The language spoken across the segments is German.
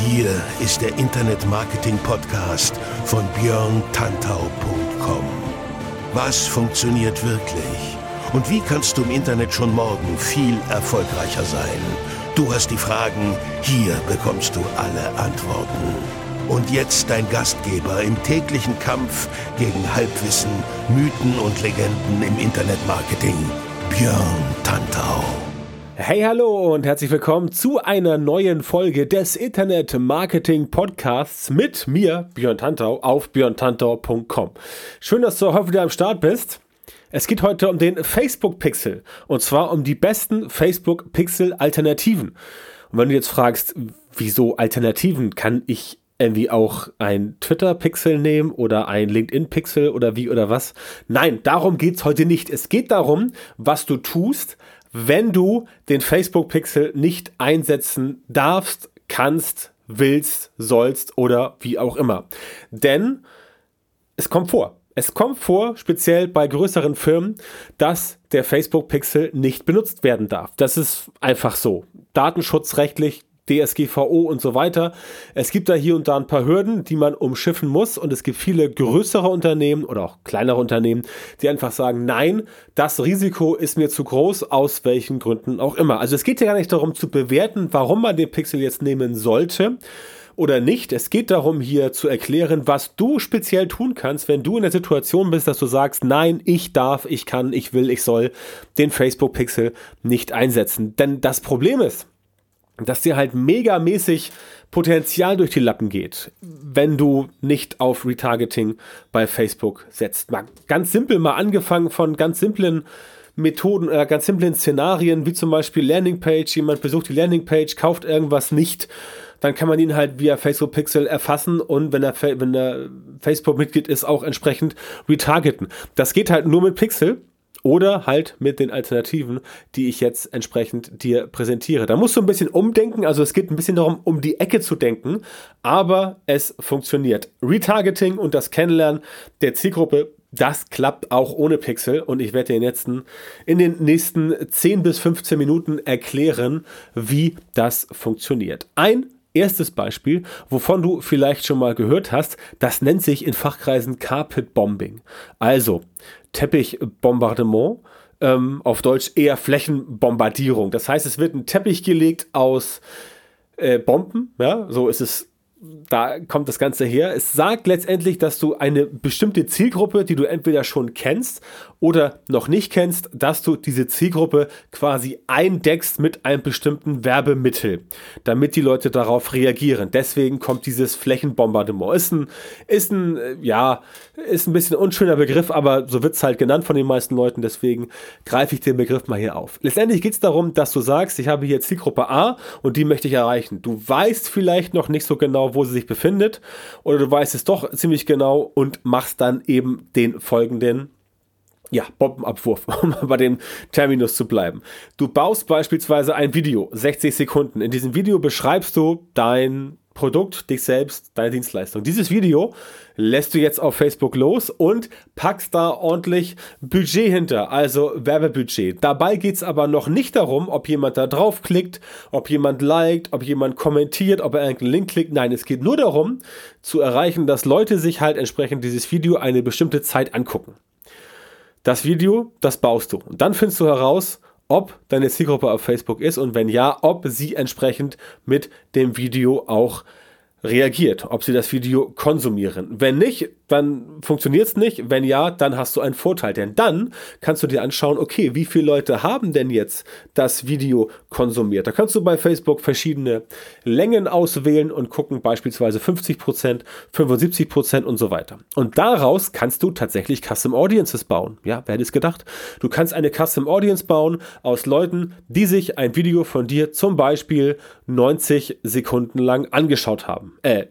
Hier ist der Internet-Marketing-Podcast von björntantau.com. Was funktioniert wirklich? Und wie kannst du im Internet schon morgen viel erfolgreicher sein? Du hast die Fragen, hier bekommst du alle Antworten. Und jetzt dein Gastgeber im täglichen Kampf gegen Halbwissen, Mythen und Legenden im Internetmarketing, Björn Tantau. Hey, hallo und herzlich willkommen zu einer neuen Folge des Internet-Marketing-Podcasts mit mir, Björn Tantau, auf björntantau.com. Schön, dass du heute wieder am Start bist. Es geht heute um den Facebook-Pixel und zwar um die besten Facebook-Pixel-Alternativen. Und wenn du jetzt fragst, wieso Alternativen, kann ich irgendwie auch ein Twitter-Pixel nehmen oder ein LinkedIn-Pixel oder wie oder was? Nein, darum geht es heute nicht. Es geht darum, was du tust, wenn du den Facebook-Pixel nicht einsetzen darfst, kannst, willst, sollst oder wie auch immer. Denn es kommt vor. Es kommt vor, speziell bei größeren Firmen, dass der Facebook-Pixel nicht benutzt werden darf. Das ist einfach so. Datenschutzrechtlich, DSGVO und so weiter. Es gibt da hier und da ein paar Hürden, die man umschiffen muss, und es gibt viele größere Unternehmen oder auch kleinere Unternehmen, die einfach sagen, nein, das Risiko ist mir zu groß, aus welchen Gründen auch immer. Also es geht ja gar nicht darum zu bewerten, warum man den Pixel jetzt nehmen sollte oder nicht. Es geht darum, hier zu erklären, was du speziell tun kannst, wenn du in der Situation bist, dass du sagst, nein, ich darf, ich kann, ich will, ich soll den Facebook-Pixel nicht einsetzen. Denn das Problem ist, dass dir halt megamäßig Potenzial durch die Lappen geht, wenn du nicht auf Retargeting bei Facebook setzt. Mal ganz simpel, mal angefangen von ganz simplen Methoden, ganz simplen Szenarien, wie zum Beispiel Landingpage. Jemand besucht die Landingpage, kauft irgendwas nicht, dann kann man ihn halt via Facebook Pixel erfassen und wenn er Facebook-Mitglied ist, auch entsprechend retargeten. Das geht halt nur mit Pixel. Oder halt mit den Alternativen, die ich jetzt entsprechend dir präsentiere. Da musst du ein bisschen umdenken, also es geht ein bisschen darum, um die Ecke zu denken, aber es funktioniert. Retargeting und das Kennenlernen der Zielgruppe, das klappt auch ohne Pixel, und ich werde dir in den nächsten 10 bis 15 Minuten erklären, wie das funktioniert. Ein erstes Beispiel, wovon du vielleicht schon mal gehört hast, das nennt sich in Fachkreisen Carpet Bombing. Also Teppichbombardement, auf Deutsch eher Flächenbombardierung. Das heißt, es wird ein Teppich gelegt aus Bomben, ja, so ist es. Da kommt das Ganze her. Es sagt letztendlich, dass du eine bestimmte Zielgruppe, die du entweder schon kennst oder noch nicht kennst, dass du diese Zielgruppe quasi eindeckst mit einem bestimmten Werbemittel, damit die Leute darauf reagieren. Deswegen kommt dieses Flächenbombardement. Ist ein bisschen unschöner Begriff, aber so wird es halt genannt von den meisten Leuten. Deswegen greife ich den Begriff mal hier auf. Letztendlich geht es darum, dass du sagst, ich habe hier Zielgruppe A und die möchte ich erreichen. Du weißt vielleicht noch nicht so genau, wo sie sich befindet, oder du weißt es doch ziemlich genau und machst dann eben den folgenden Bombenabwurf, um bei dem Terminus zu bleiben. Du baust beispielsweise ein Video, 60 Sekunden. In diesem Video beschreibst du dein Produkt, dich selbst, deine Dienstleistung. Dieses Video lässt du jetzt auf Facebook los und packst da ordentlich Budget hinter, also Werbebudget. Dabei geht es aber noch nicht darum, ob jemand da draufklickt, ob jemand liked, ob jemand kommentiert, ob er irgendeinen Link klickt. Nein, es geht nur darum, zu erreichen, dass Leute sich halt entsprechend dieses Video eine bestimmte Zeit angucken. Das Video, das baust du. Und dann findest du heraus, ob deine Zielgruppe auf Facebook ist und wenn ja, ob sie entsprechend mit dem Video auch reagiert, ob sie das Video konsumieren. Wenn nicht, dann funktioniert es nicht. Wenn ja, dann hast du einen Vorteil, denn dann kannst du dir anschauen, okay, wie viele Leute haben denn jetzt das Video konsumiert? Da kannst du bei Facebook verschiedene Längen auswählen und gucken, beispielsweise 50%, 75% und so weiter. Und daraus kannst du tatsächlich Custom Audiences bauen. Ja, wer hätte es gedacht? Du kannst eine Custom Audience bauen aus Leuten, die sich ein Video von dir zum Beispiel 90 Sekunden lang angeschaut haben.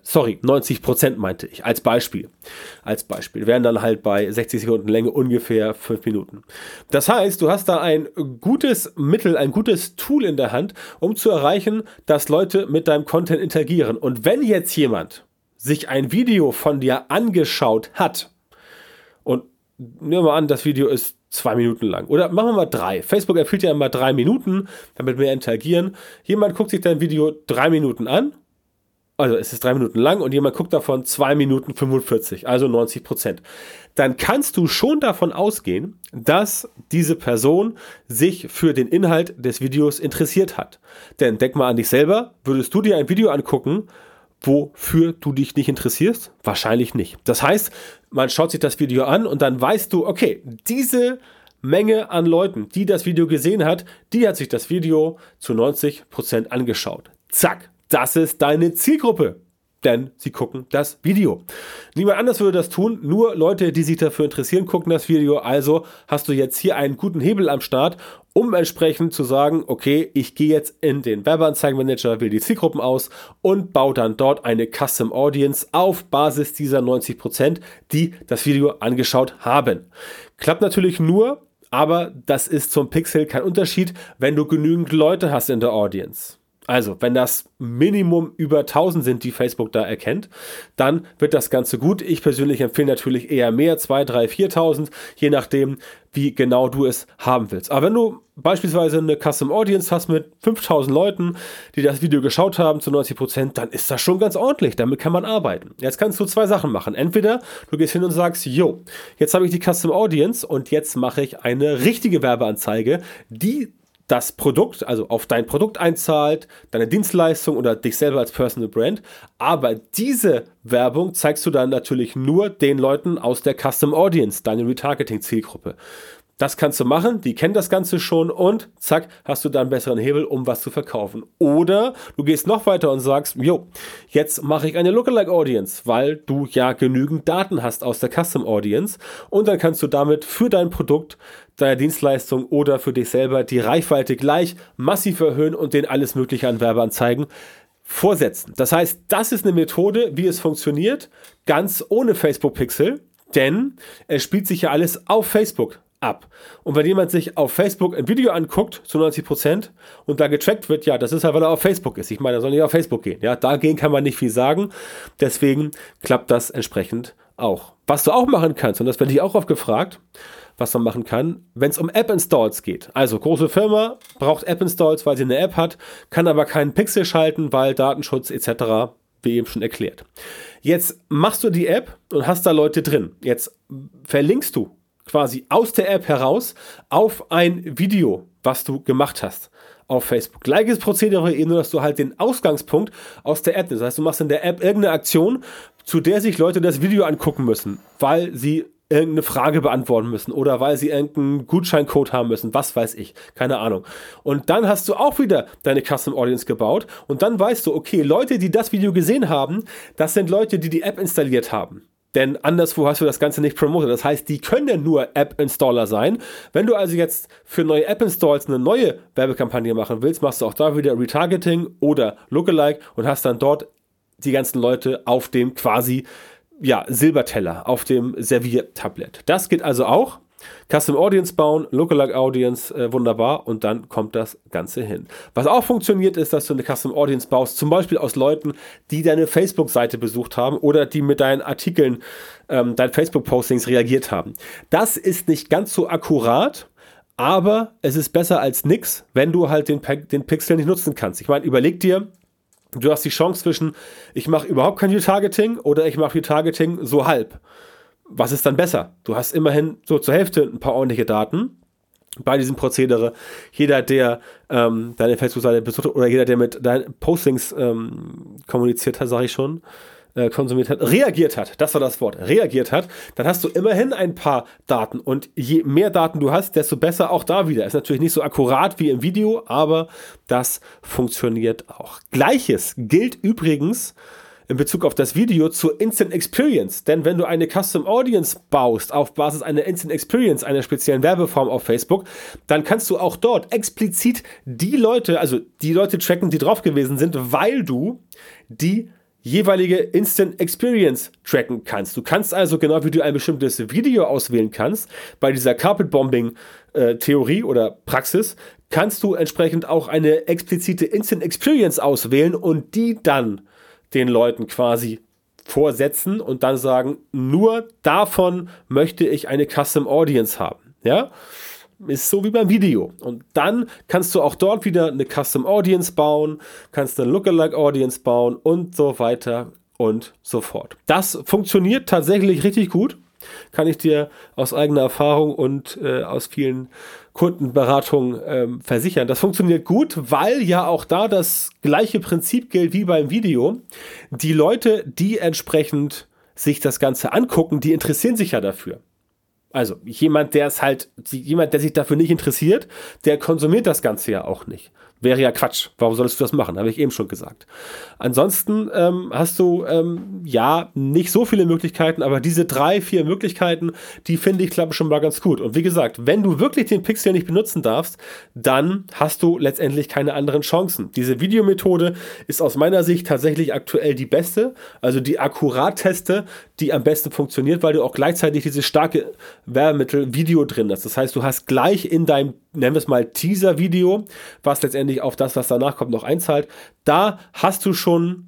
90% meinte ich, als Beispiel. Wären dann halt bei 60 Sekunden Länge ungefähr 5 Minuten. Das heißt, du hast da ein gutes Mittel, ein gutes Tool in der Hand, um zu erreichen, dass Leute mit deinem Content interagieren. Und wenn jetzt jemand sich ein Video von dir angeschaut hat, und nehmen wir mal an, das Video ist 2 Minuten lang. Oder machen wir mal 3. Facebook empfiehlt ja immer 3 Minuten, damit wir interagieren. Jemand guckt sich dein Video 3 Minuten an also es ist 3 Minuten lang und jemand guckt davon 2 Minuten 45, also 90%, dann kannst du schon davon ausgehen, dass diese Person sich für den Inhalt des Videos interessiert hat. Denn denk mal an dich selber, würdest du dir ein Video angucken, wofür du dich nicht interessierst? Wahrscheinlich nicht. Das heißt, man schaut sich das Video an und dann weißt du, okay, diese Menge an Leuten, die das Video gesehen hat, die hat sich das Video zu 90% angeschaut. Zack, das ist deine Zielgruppe. Denn sie gucken das Video. Niemand anders würde das tun, nur Leute, die sich dafür interessieren, gucken das Video. Also hast du jetzt hier einen guten Hebel am Start, um entsprechend zu sagen, okay, ich gehe jetzt in den Werbeanzeigenmanager, wähle die Zielgruppen aus und baue dann dort eine Custom Audience auf Basis dieser 90%, die das Video angeschaut haben. Klappt natürlich nur, aber das ist zum Pixel kein Unterschied, wenn du genügend Leute hast in der Audience. Also, wenn das Minimum über 1000 sind, die Facebook da erkennt, dann wird das Ganze gut. Ich persönlich empfehle natürlich eher mehr, 2, 3, 4.000, je nachdem, wie genau du es haben willst. Aber wenn du beispielsweise eine Custom Audience hast mit 5.000 Leuten, die das Video geschaut haben zu 90%, dann ist das schon ganz ordentlich. Damit kann man arbeiten. Jetzt kannst du 2 Sachen machen. Entweder du gehst hin und sagst, jo, jetzt habe ich die Custom Audience und jetzt mache ich eine richtige Werbeanzeige, die das Produkt, also auf dein Produkt einzahlt, deine Dienstleistung oder dich selber als Personal Brand. Aber diese Werbung zeigst du dann natürlich nur den Leuten aus der Custom Audience, deine Retargeting-Zielgruppe. Das kannst du machen, die kennen das Ganze schon und zack, hast du dann einen besseren Hebel, um was zu verkaufen. Oder du gehst noch weiter und sagst, jo, jetzt mache ich eine Lookalike Audience, weil du ja genügend Daten hast aus der Custom Audience und dann kannst du damit für dein Produkt, deine Dienstleistung oder für dich selber die Reichweite gleich massiv erhöhen und denen alles Mögliche an Werbeanzeigen vorsetzen. Das heißt, das ist eine Methode, wie es funktioniert, ganz ohne Facebook Pixel, denn es spielt sich ja alles auf Facebook ab. Und wenn jemand sich auf Facebook ein Video anguckt, zu 90%, und da getrackt wird, ja, das ist halt, weil er auf Facebook ist. Ich meine, er soll nicht auf Facebook gehen. Ja, dagegen kann man nicht viel sagen. Deswegen klappt das entsprechend auch. Was du auch machen kannst, und das werde ich auch oft gefragt, was man machen kann, wenn es um App-Installs geht. Also große Firma braucht App-Installs, weil sie eine App hat, kann aber keinen Pixel schalten, weil Datenschutz etc., wie eben schon erklärt. Jetzt machst du die App und hast da Leute drin. Jetzt verlinkst du quasi aus der App heraus auf ein Video, was du gemacht hast auf Facebook. Gleiches Prozedere, nur dass du halt den Ausgangspunkt aus der App nimmst. Das heißt, du machst in der App irgendeine Aktion, zu der sich Leute das Video angucken müssen, weil sie irgendeine Frage beantworten müssen oder weil sie irgendeinen Gutscheincode haben müssen, was weiß ich, keine Ahnung. Und dann hast du auch wieder deine Custom Audience gebaut und dann weißt du, okay, Leute, die das Video gesehen haben, das sind Leute, die die App installiert haben. Denn anderswo hast du das Ganze nicht promotet. Das heißt, die können ja nur App-Installer sein. Wenn du also jetzt für neue App-Installs eine neue Werbekampagne machen willst, machst du auch da wieder Retargeting oder Lookalike und hast dann dort die ganzen Leute auf dem quasi Silberteller, auf dem Serviertablett. Das geht also auch. Custom Audience bauen, Lookalike Audience, wunderbar, und dann kommt das Ganze hin. Was auch funktioniert, ist, dass du eine Custom Audience baust, zum Beispiel aus Leuten, die deine Facebook-Seite besucht haben oder die mit deinen Artikeln, deinen Facebook-Postings reagiert haben. Das ist nicht ganz so akkurat, aber es ist besser als nix, wenn du halt den Pixel nicht nutzen kannst. Ich meine, überleg dir, du hast die Chance zwischen, ich mache überhaupt kein Retargeting oder ich mache Retargeting so halb. Was ist dann besser? Du hast immerhin so zur Hälfte ein paar ordentliche Daten bei diesem Prozedere. Jeder, der deine Facebook-Seite besucht oder jeder, der mit deinen Postings kommuniziert hat, sage ich schon, konsumiert hat, reagiert hat, das war das Wort, reagiert hat, dann hast du immerhin ein paar Daten und je mehr Daten du hast, desto besser auch da wieder. Ist natürlich nicht so akkurat wie im Video, aber das funktioniert auch. Gleiches gilt übrigens in Bezug auf das Video zur Instant Experience. Denn wenn du eine Custom Audience baust auf Basis einer Instant Experience, einer speziellen Werbeform auf Facebook, dann kannst du auch dort explizit die Leute tracken, die drauf gewesen sind, weil du die jeweilige Instant Experience tracken kannst. Du kannst also, genau wie du ein bestimmtes Video auswählen kannst, bei dieser Carpet Bombing Theorie oder Praxis, kannst du entsprechend auch eine explizite Instant Experience auswählen und die dann den Leuten quasi vorsetzen und dann sagen, nur davon möchte ich eine Custom Audience haben. Ja? Ist so wie beim Video. Und dann kannst du auch dort wieder eine Custom Audience bauen, kannst eine Lookalike Audience bauen und so weiter und so fort. Das funktioniert tatsächlich richtig gut. Kann ich dir aus eigener Erfahrung und aus vielen Kundenberatungen versichern. Das funktioniert gut, weil ja auch da das gleiche Prinzip gilt wie beim Video. Die Leute, die entsprechend sich das Ganze angucken, die interessieren sich ja dafür. Also jemand, der sich dafür nicht interessiert, der konsumiert das Ganze ja auch nicht. Wäre ja Quatsch. Warum solltest du das machen? Habe ich eben schon gesagt. Ansonsten hast du nicht so viele Möglichkeiten, aber diese 3-4 Möglichkeiten, die finde ich, klappen schon mal ganz gut. Und wie gesagt, wenn du wirklich den Pixel nicht benutzen darfst, dann hast du letztendlich keine anderen Chancen. Diese Videomethode ist aus meiner Sicht tatsächlich aktuell die beste, also die akkurateste, die am besten funktioniert, weil du auch gleichzeitig dieses starke Werbemittel Video drin hast. Das heißt, du hast gleich in deinem, nennen wir es mal Teaser-Video, was letztendlich auf das, was danach kommt, noch einzahlt, da hast du schon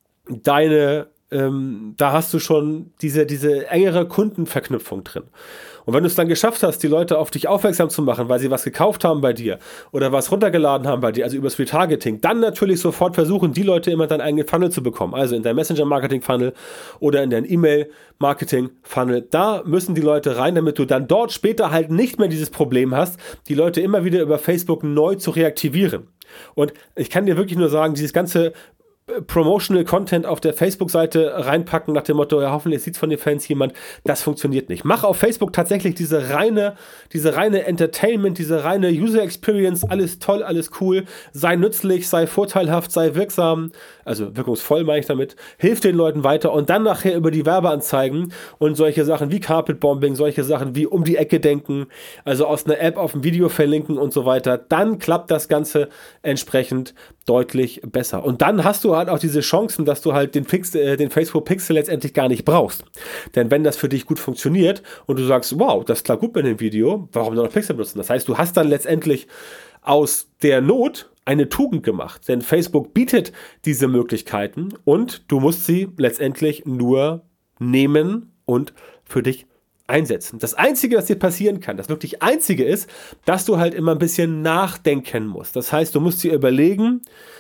diese engere Kundenverknüpfung drin. Und wenn du es dann geschafft hast, die Leute auf dich aufmerksam zu machen, weil sie was gekauft haben bei dir oder was runtergeladen haben bei dir, also übers Retargeting, dann natürlich sofort versuchen, die Leute immer deinen eigenen Funnel zu bekommen. Also in dein Messenger-Marketing-Funnel oder in dein E-Mail-Marketing-Funnel. Da müssen die Leute rein, damit du dann dort später halt nicht mehr dieses Problem hast, die Leute immer wieder über Facebook neu zu reaktivieren. Und ich kann dir wirklich nur sagen, dieses ganze Promotional Content auf der Facebook-Seite reinpacken nach dem Motto, ja, hoffentlich sieht es von den Fans jemand, das funktioniert nicht. Mach auf Facebook tatsächlich diese reine Entertainment, diese reine User Experience, alles toll, alles cool, sei nützlich, sei vorteilhaft, sei wirksam, also wirkungsvoll meine ich damit, hilf den Leuten weiter und dann nachher über die Werbeanzeigen und solche Sachen wie Carpet Bombing, solche Sachen wie um die Ecke denken, also aus einer App auf ein Video verlinken und so weiter, dann klappt das Ganze entsprechend deutlich besser. Und dann hast du halt auch diese Chancen, dass du halt den Facebook Pixel letztendlich gar nicht brauchst. Denn wenn das für dich gut funktioniert und du sagst, wow, das klappt gut mit dem Video, warum noch Pixel benutzen? Das heißt, du hast dann letztendlich aus der Not eine Tugend gemacht. Denn Facebook bietet diese Möglichkeiten und du musst sie letztendlich nur nehmen und für dich einsetzen. Das Einzige, was dir passieren kann, das wirklich Einzige ist, dass du halt immer ein bisschen nachdenken musst. Das heißt, du musst dir überlegen,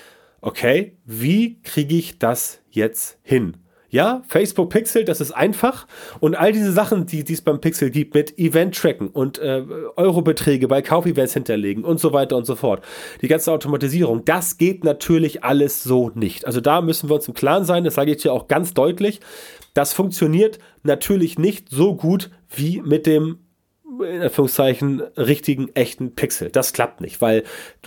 okay, wie kriege ich das jetzt hin? Ja, Facebook Pixel, das ist einfach und all diese Sachen, die es beim Pixel gibt mit Event-Tracken und Eurobeträge bei Kaufevents hinterlegen und so weiter und so fort. Die ganze Automatisierung, das geht natürlich alles so nicht. Also da müssen wir uns im Klaren sein, das sage ich dir auch ganz deutlich. Das funktioniert natürlich nicht so gut wie mit dem, in Anführungszeichen, richtigen, echten Pixel. Das klappt nicht, weil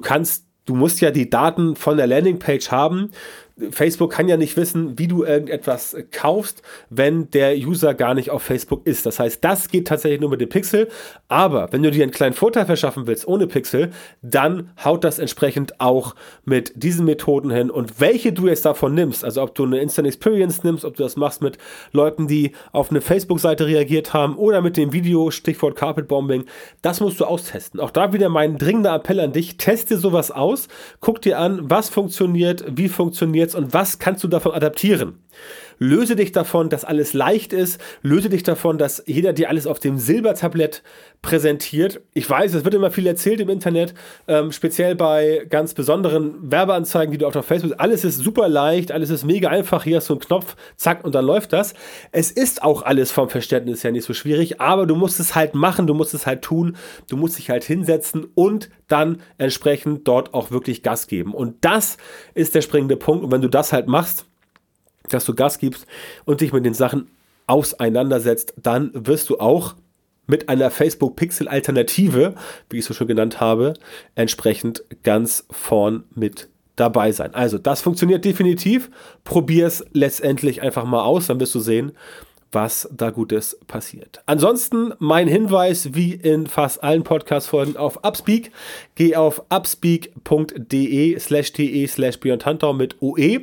du musst ja die Daten von der Landingpage haben. Facebook kann ja nicht wissen, wie du irgendetwas kaufst, wenn der User gar nicht auf Facebook ist. Das heißt, das geht tatsächlich nur mit dem Pixel. Aber wenn du dir einen kleinen Vorteil verschaffen willst ohne Pixel, dann haut das entsprechend auch mit diesen Methoden hin. Und welche du jetzt davon nimmst, also ob du eine Instant Experience nimmst, ob du das machst mit Leuten, die auf eine Facebook-Seite reagiert haben oder mit dem Video, Stichwort Carpet Bombing, das musst du austesten. Auch da wieder mein dringender Appell an dich, teste sowas aus, guck dir an, was funktioniert, wie funktioniert und was kannst du davon adaptieren. Löse dich davon, dass alles leicht ist. Löse dich davon, dass jeder dir alles auf dem Silbertablett präsentiert. Ich weiß, es wird immer viel erzählt im Internet, speziell bei ganz besonderen Werbeanzeigen, die du auch auf Facebook, alles ist super leicht, alles ist mega einfach, hier hast du einen Knopf, zack, und dann läuft das. Es ist auch alles vom Verständnis her nicht so schwierig, aber du musst es halt machen, du musst es halt tun, du musst dich halt hinsetzen und dann entsprechend dort auch wirklich Gas geben. Und das ist der springende Punkt. Und wenn du das halt machst, dass du Gas gibst und dich mit den Sachen auseinandersetzt, dann wirst du auch mit einer Facebook-Pixel-Alternative, wie ich es so schon genannt habe, entsprechend ganz vorn mit dabei sein. Also das funktioniert definitiv. Probier es letztendlich einfach mal aus, dann wirst du sehen, was da Gutes passiert. Ansonsten mein Hinweis, wie in fast allen Podcast-Folgen, auf Upspeak. Geh auf upspeak.de/björntantau mit OE.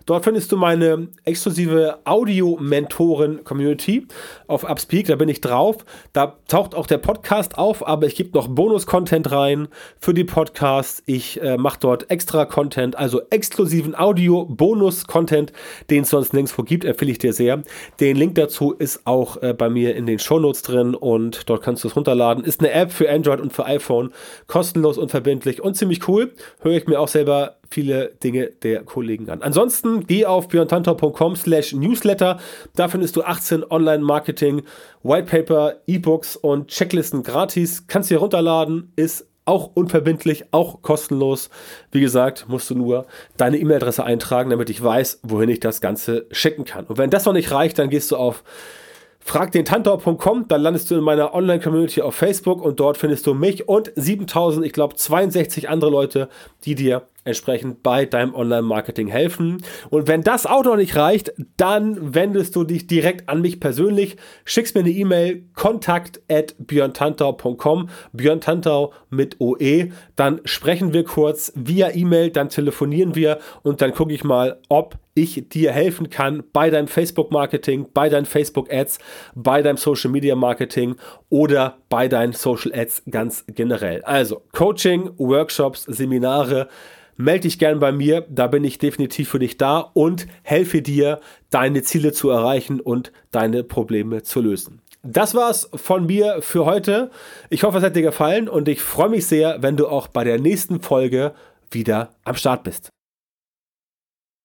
Dort findest du meine exklusive Audio-Mentoren-Community auf Upspeak. Da bin ich drauf. Da taucht auch der Podcast auf, aber ich gebe noch Bonus-Content rein für die Podcasts. Ich mache dort extra Content, also exklusiven Audio-Bonus-Content, den es sonst nirgendwo gibt, empfehle ich dir sehr. Den Link dazu ist auch bei mir in den Shownotes drin und dort kannst du es runterladen. Ist eine App für Android und für iPhone, kostenlos, unverbindlich und ziemlich cool. Höre ich mir auch selber viele Dinge der Kollegen an. Ansonsten geh auf björntantau.com/newsletter. Da findest du 18 Online-Marketing, Whitepaper, E-Books und Checklisten gratis. Kannst du dir runterladen, ist auch unverbindlich, auch kostenlos. Wie gesagt, musst du nur deine E-Mail-Adresse eintragen, damit ich weiß, wohin ich das Ganze schicken kann. Und wenn das noch nicht reicht, dann gehst du auf fragdentantau.com, dann landest du in meiner Online-Community auf Facebook und dort findest du mich und 62 andere Leute, die dir entsprechend bei deinem Online-Marketing helfen. Und wenn das auch noch nicht reicht, dann wendest du dich direkt an mich persönlich, schickst mir eine E-Mail, kontakt@björntantau.com, Björn Tantau mit OE, dann sprechen wir kurz via E-Mail, dann telefonieren wir und dann gucke ich mal, ob ich dir helfen kann bei deinem Facebook-Marketing, bei deinen Facebook-Ads, bei deinem Social-Media-Marketing oder bei deinen Social-Ads ganz generell. Also Coaching, Workshops, Seminare, melde dich gern bei mir, da bin ich definitiv für dich da und helfe dir, deine Ziele zu erreichen und deine Probleme zu lösen. Das war's von mir für heute. Ich hoffe, es hat dir gefallen und ich freue mich sehr, wenn du auch bei der nächsten Folge wieder am Start bist.